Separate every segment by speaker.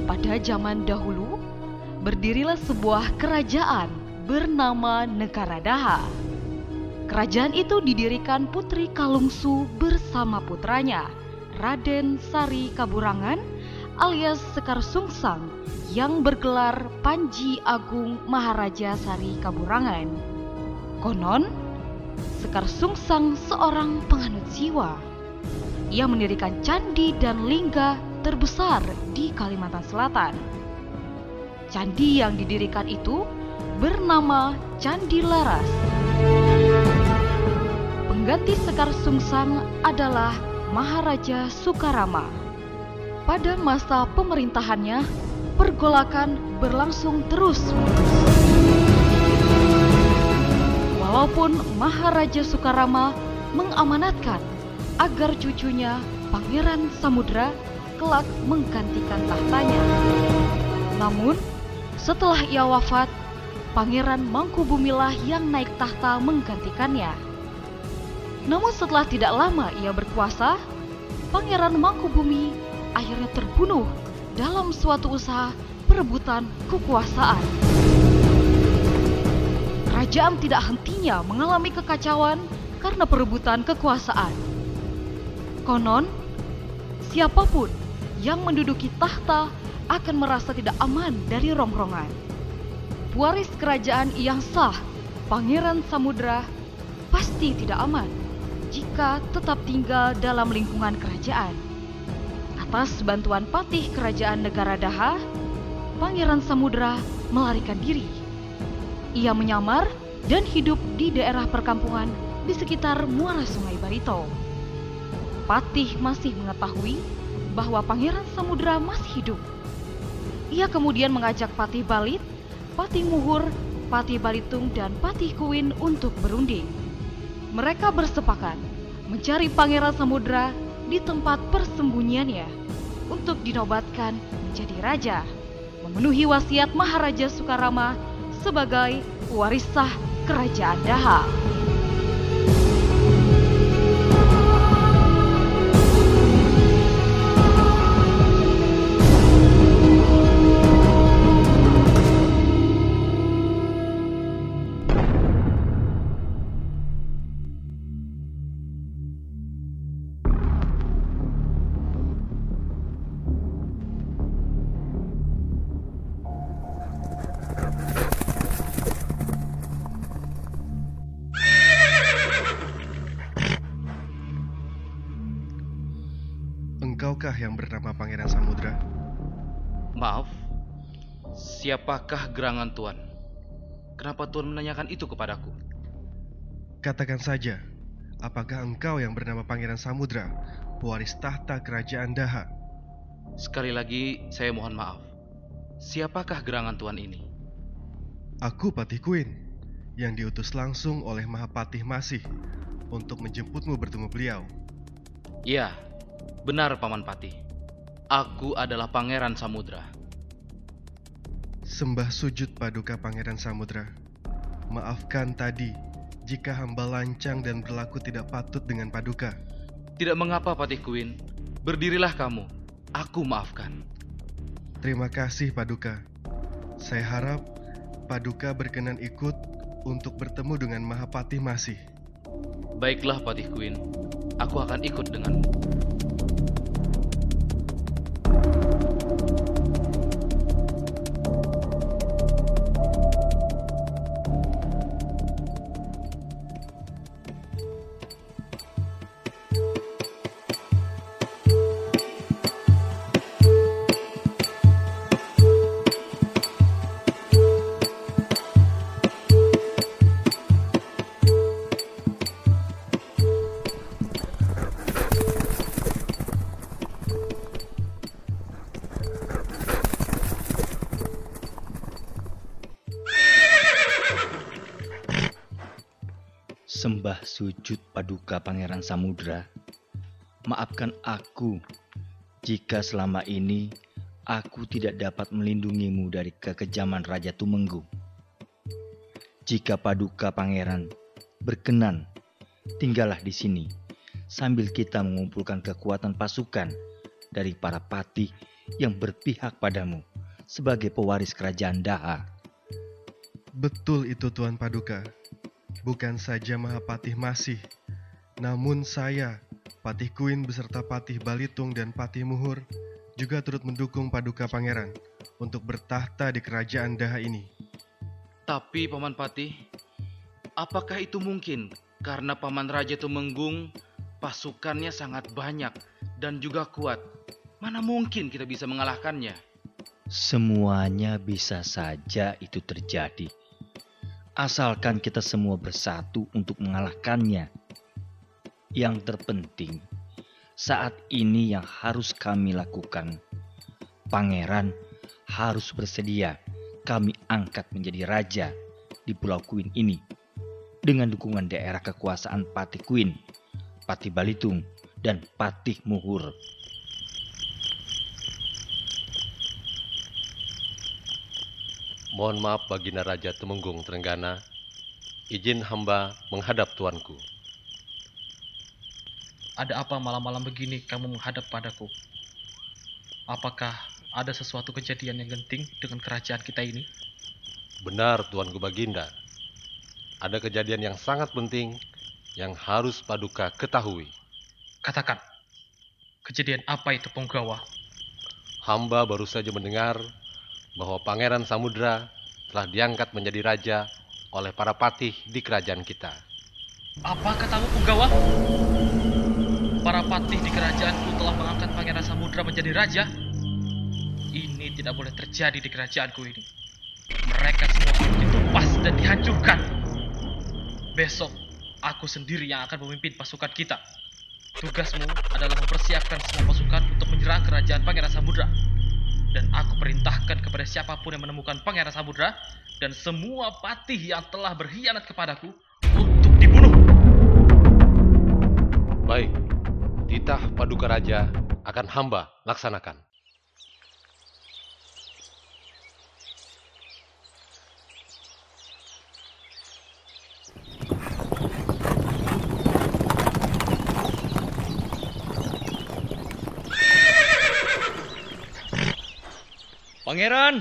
Speaker 1: Pada zaman dahulu, berdirilah sebuah kerajaan bernama Negara Daha. Kerajaan itu didirikan Putri Kalungsu bersama putranya, Raden Sari Kaburangan alias Sekar Sungsang yang bergelar Panji Agung Maharaja Sari Kaburangan. Konon, Sekar Sungsang seorang penganut siwa. Ia mendirikan candi dan lingga terbesar di Kalimantan Selatan. Candi yang didirikan itu bernama Candi Laras. Pengganti Sekar Sungsang adalah Maharaja Sukarama. Pada masa pemerintahannya, pergolakan berlangsung terus-menerus. Walaupun Maharaja Sukarama mengamanatkan agar cucunya Pangeran Samudra kelak menggantikan tahtanya. Namun, setelah ia wafat, Pangeran Mangkubumilah yang naik tahta menggantikannya. Namun setelah tidak lama ia berkuasa, Pangeran Mangkubumi akhirnya terbunuh dalam suatu usaha perebutan kekuasaan. Kerajaan tidak hentinya mengalami kekacauan karena perebutan kekuasaan. Konon, siapapun yang menduduki tahta akan merasa tidak aman dari rongrongan. Pewaris kerajaan yang sah, Pangeran Samudra, pasti tidak aman jika tetap tinggal dalam lingkungan kerajaan. Atas bantuan patih kerajaan Negara Daha, Pangeran Samudra melarikan diri. Ia menyamar dan hidup di daerah perkampungan di sekitar muara Sungai Barito. Patih masih mengetahui bahwa Pangeran Samudra masih hidup. Ia kemudian mengajak Patih Balit, Patih Muhur, Patih Balitung, dan Patih Kuin untuk berunding. Mereka bersepakat mencari Pangeran Samudra di tempat persembunyiannya untuk dinobatkan menjadi raja, memenuhi wasiat Maharaja Sukarama sebagai pewaris sah Kerajaan Daha.
Speaker 2: Engkaukah yang bernama Pangeran Samudra?
Speaker 3: Maaf, siapakah gerangan Tuan? Kenapa Tuan menanyakan itu kepadaku?
Speaker 2: Katakan saja, apakah engkau yang bernama Pangeran Samudra, pewaris tahta Kerajaan Daha?
Speaker 3: Sekali lagi saya mohon maaf. Siapakah gerangan Tuan ini?
Speaker 2: Aku Patih Kuin, yang diutus langsung oleh Mahapatih Masih untuk menjemputmu bertemu beliau.
Speaker 3: Iya, benar Paman Patih. Aku adalah Pangeran Samudra.
Speaker 2: Sembah sujud paduka Pangeran Samudra. Maafkan tadi jika hamba lancang dan berlaku tidak patut dengan paduka.
Speaker 3: Tidak mengapa Patih Kuin. Berdirilah kamu. Aku maafkan.
Speaker 2: Terima kasih paduka. Saya harap paduka berkenan ikut untuk bertemu dengan Mahapatih Masih.
Speaker 3: Baiklah Patih Kuin. Aku akan ikut denganmu.
Speaker 4: Sembah sujud paduka Pangeran Samudra. Maafkan aku jika selama ini aku tidak dapat melindungimu dari kekejaman Raja Tumenggung. Jika paduka Pangeran berkenan, tinggallah di sini sambil kita mengumpulkan kekuatan pasukan dari para patih yang berpihak padamu sebagai pewaris kerajaan Daha.
Speaker 2: Betul itu Tuan Paduka. Bukan saja Mahapatih Masih, namun saya, Patih Kuin beserta Patih Balitung dan Patih Muhur juga turut mendukung Paduka Pangeran untuk bertahta di kerajaan Daha ini.
Speaker 3: Tapi Paman Patih, apakah itu mungkin? Karena Paman Raja Tumenggung pasukannya sangat banyak dan juga kuat. Mana mungkin kita bisa mengalahkannya?
Speaker 4: Semuanya bisa saja itu terjadi. Asalkan kita semua bersatu untuk mengalahkannya. Yang terpenting, saat ini yang harus kami lakukan, Pangeran harus bersedia kami angkat menjadi raja di Pulau Kuin ini dengan dukungan daerah kekuasaan Patih Kuin, Patih Balitung, dan Patih Muhur.
Speaker 5: Mohon maaf Baginda Raja Tumenggung Trenggana, izin hamba menghadap tuanku.
Speaker 6: Ada apa malam-malam begini kamu menghadap padaku? Apakah ada sesuatu kejadian yang genting dengan kerajaan kita ini?
Speaker 5: Benar tuanku Baginda, ada kejadian yang sangat penting yang harus Paduka ketahui.
Speaker 6: Katakan, kejadian apa itu Punggawa?
Speaker 5: Hamba baru saja mendengar bahwa Pangeran Samudra telah diangkat menjadi raja oleh para patih di kerajaan kita.
Speaker 6: Apa katamu Punggawa? Para patih di kerajaanku telah mengangkat Pangeran Samudra menjadi raja? Ini tidak boleh terjadi di kerajaanku ini. Mereka semua harus ditumpas dan dihancurkan. Besok, aku sendiri yang akan memimpin pasukan kita. Tugasmu adalah mempersiapkan semua pasukan untuk menyerang kerajaan Pangeran Samudra. Dan aku perintahkan kepada siapapun yang menemukan Pangeran Samudra dan semua patih yang telah berkhianat kepadaku untuk dibunuh.
Speaker 5: Baik, titah Paduka Raja akan hamba laksanakan.
Speaker 4: Pangeran!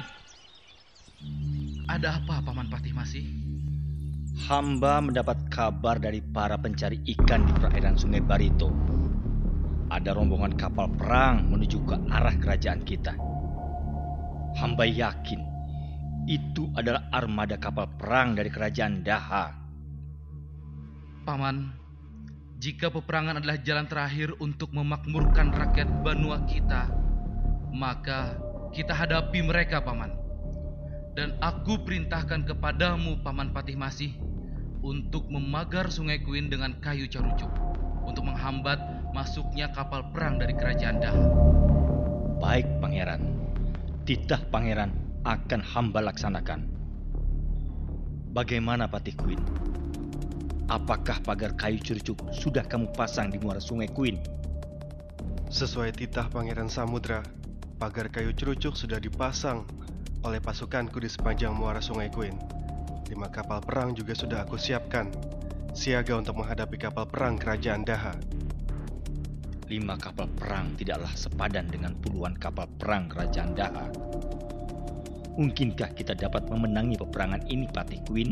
Speaker 3: Ada apa Paman Patih Masih?
Speaker 4: Hamba mendapat kabar dari para pencari ikan di perairan Sungai Barito. Ada rombongan kapal perang menuju ke arah kerajaan kita. Hamba yakin itu adalah armada kapal perang dari kerajaan Daha.
Speaker 3: Paman, jika peperangan adalah jalan terakhir untuk memakmurkan rakyat Banua kita, maka kita hadapi mereka, Paman. Dan aku perintahkan kepadamu, Paman Patih Masih, untuk memagar Sungai Kuin dengan kayu carucuk untuk menghambat masuknya kapal perang dari kerajaan Daha.
Speaker 4: Baik, Pangeran. Titah Pangeran akan hamba laksanakan. Bagaimana, Patih Kuin? Apakah pagar kayu carucuk sudah kamu pasang di muara Sungai Kuin?
Speaker 2: Sesuai titah Pangeran Samudra, pagar kayu cerucuk sudah dipasang oleh pasukanku di sepanjang muara Sungai Kuin. 5 kapal perang juga sudah aku siapkan, siaga untuk menghadapi kapal perang kerajaan Daha.
Speaker 4: 5 kapal perang tidaklah sepadan dengan puluhan kapal perang kerajaan Daha. Mungkinkah kita dapat memenangi peperangan ini, Patih Kuin?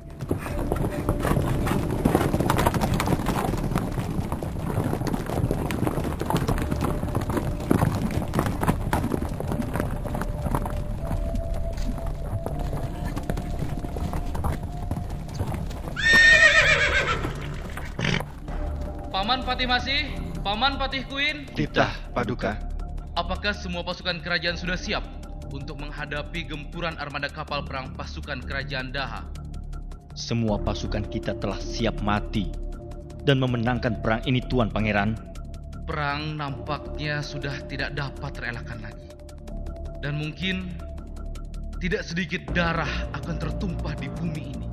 Speaker 3: Paman Patih Masih, Paman Patih Kuin,
Speaker 2: Titah Paduka.
Speaker 3: apakah semua pasukan kerajaan sudah siap untuk menghadapi gempuran armada kapal perang pasukan kerajaan Daha?
Speaker 4: Semua pasukan kita telah siap mati dan memenangkan perang ini, Tuan Pangeran.
Speaker 3: Perang nampaknya sudah tidak dapat terelakkan lagi. Dan mungkin tidak sedikit darah akan tertumpah di bumi ini.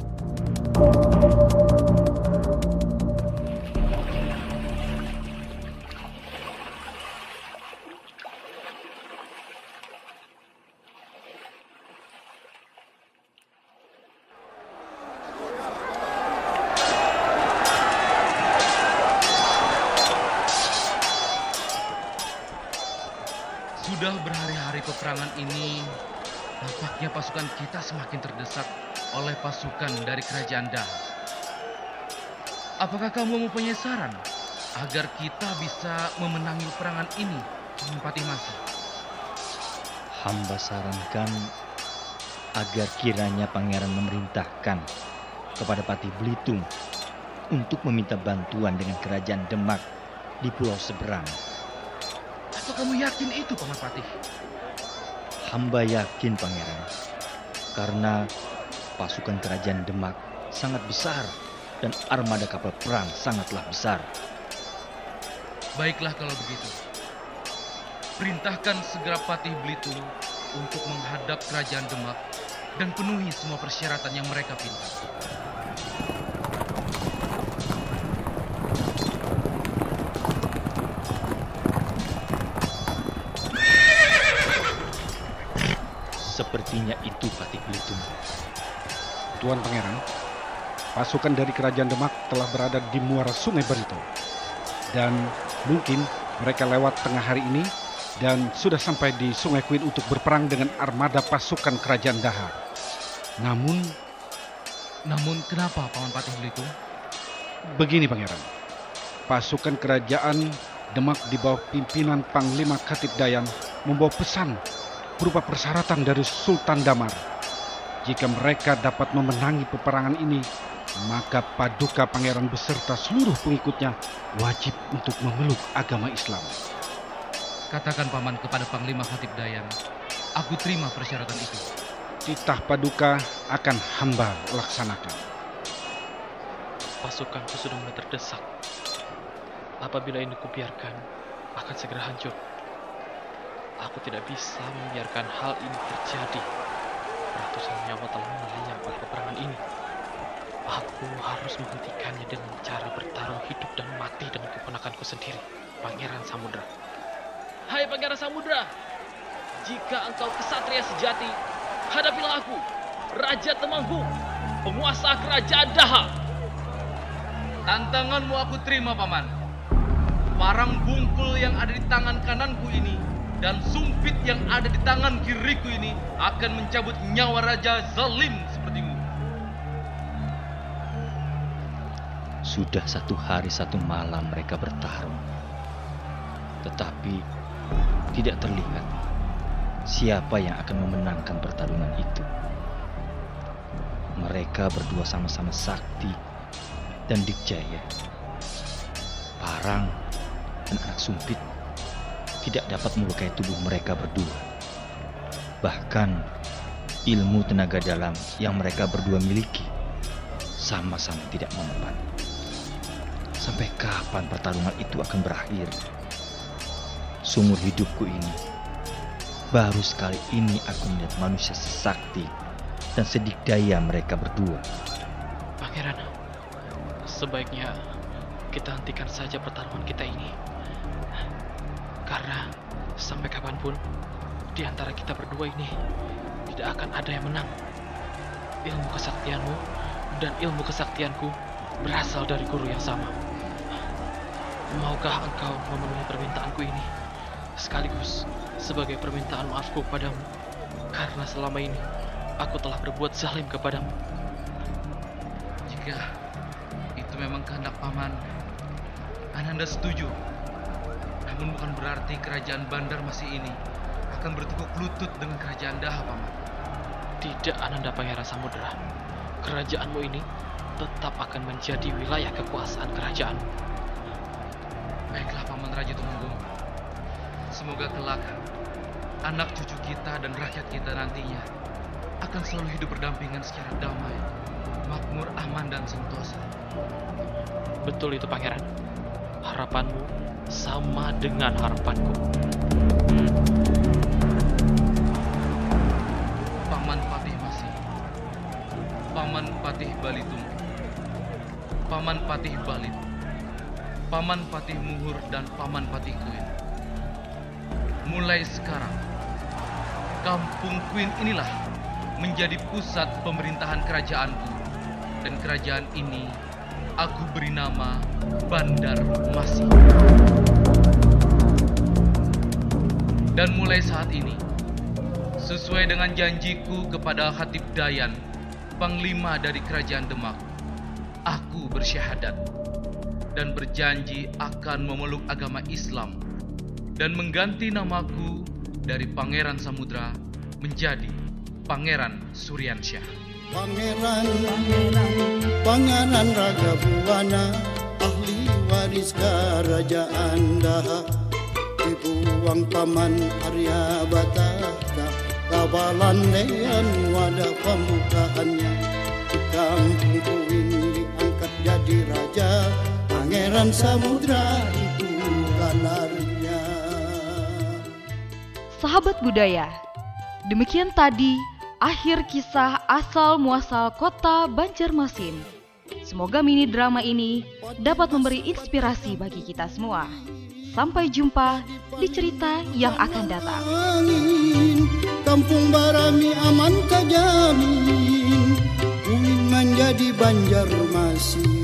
Speaker 3: Sudah berhari-hari dari peperangan ini, nampaknya pasukan kita semakin terdesak oleh pasukan dari kerajaan Daha. Apakah kamu mempunyai saran agar kita bisa memenangi peperangan ini, Paman Patih Masih?
Speaker 4: Hamba sarankan agar kiranya pangeran memerintahkan kepada Patih Belitung untuk meminta bantuan dengan kerajaan Demak di pulau seberang.
Speaker 3: Apa kamu yakin itu, Paman Patih?
Speaker 4: Hamba yakin, pangeran, karena pasukan kerajaan Demak sangat besar dan armada kapal perang sangatlah besar.
Speaker 3: Baiklah kalau begitu. Perintahkan segera Patih Belitung untuk menghadap kerajaan Demak dan penuhi semua persyaratan yang mereka minta.
Speaker 4: Sepertinya itu Patih Belitung.
Speaker 7: Tuan Pangeran, pasukan dari kerajaan Demak telah berada di muara Sungai Barito. Dan mungkin mereka lewat tengah hari ini dan sudah sampai di Sungai Kuin untuk berperang dengan armada pasukan kerajaan Daha. Namun
Speaker 3: kenapa, Paman Patih Belitung?
Speaker 7: begini Pangeran, pasukan kerajaan Demak di bawah pimpinan Panglima Khatib Dayan membawa pesan berupa persyaratan dari Sultan Damar. Jika mereka dapat memenangi peperangan ini, maka Paduka Pangeran beserta seluruh pengikutnya wajib untuk memeluk agama Islam.
Speaker 3: Katakan Paman kepada Panglima Khatib Dayan, aku terima persyaratan itu.
Speaker 7: Titah Paduka akan hamba laksanakan.
Speaker 6: Pasukanku sudah mulai terdesak. Apabila ini kubiarkan, akan segera hancur. Aku tidak bisa membiarkan hal ini terjadi. Ratusan nyawa telah melayang oleh peperangan ini. Aku harus menghentikannya dengan cara bertarung hidup dan mati dengan keponakanku sendiri, Pangeran Samudra. Hai Pangeran Samudra, jika engkau kesatria sejati, hadapilah aku, Raja Temanggung, penguasa kerajaan Daha.
Speaker 3: Tantanganmu aku terima, Paman. Parang bungkul yang ada di tangan kananku ini dan sumpit yang ada di tangan kiriku ini akan mencabut nyawa Raja Zalim sepertimu.
Speaker 4: Sudah 1 hari 1 malam mereka bertarung. Tetapi tidak terlihat siapa yang akan memenangkan pertarungan itu. Mereka berdua sama-sama sakti dan dikjaya. Parang dan anak sumpit tidak dapat melukai tubuh mereka berdua. Bahkan ilmu tenaga dalam yang mereka berdua miliki sama-sama tidak mempan. Sampai kapan pertarungan itu akan berakhir? Seumur hidupku ini, baru sekali ini aku melihat manusia sesakti dan sedikdaya mereka berdua.
Speaker 6: Pangeran, sebaiknya kita hentikan saja pertarungan kita ini. Karena sampai kapanpun, di antara kita berdua ini tidak akan ada yang menang. Ilmu kesaktianmu dan ilmu kesaktianku berasal dari guru yang sama. Maukah engkau memenuhi permintaanku ini? Sekaligus sebagai permintaan maafku padamu, karena selama ini aku telah berbuat zalim kepadamu.
Speaker 3: Jika itu memang kehendak Paman, Ananda setuju. Namun bukan berarti kerajaan Bandar Masih ini akan bertekuk lutut dengan kerajaan Daha, Paman.
Speaker 6: Tidak, Ananda Pangeran Samudra. Kerajaanmu ini tetap akan menjadi wilayah kekuasaan kerajaan.
Speaker 3: Baiklah, Paman Raja Temanggung. Semoga kelak anak cucu kita dan rakyat kita nantinya akan selalu hidup berdampingan secara damai, makmur, aman, dan sentosa.
Speaker 6: Betul itu, Pangeran. Harapanmu sama dengan harapanku.
Speaker 3: Paman Patih Masih, Paman Patih Balitung, Paman Patih Balit, Paman Patih Muhur, dan Paman Patih Kuin. Mulai sekarang, Kampung Kuin inilah menjadi pusat pemerintahan kerajaanku, dan kerajaan ini aku beri nama Bandar Masih. Dan mulai saat ini, Sesuai dengan janjiku kepada Khatib Dayan, Panglima dari Kerajaan Demak, aku bersyahadat dan berjanji akan memeluk agama Islam dan mengganti namaku dari Pangeran Samudra menjadi Pangeran Suryansyah.
Speaker 8: Pangeran Ragabuana, ahli waris kerajaan Daha, dibuang paman Arya Batata, kawalan Dayan wadah pemukaannya, di kampung Kuin diangkat jadi raja, Pangeran Samudra itu gelarnya.
Speaker 1: Sahabat budaya, demikian tadi akhir kisah asal muasal kota Banjarmasin. Semoga mini drama ini dapat memberi inspirasi bagi kita semua. Sampai jumpa di cerita yang akan datang.
Speaker 8: Kampung Barami aman tak jamin, Kuin menjadi Banjarmasin.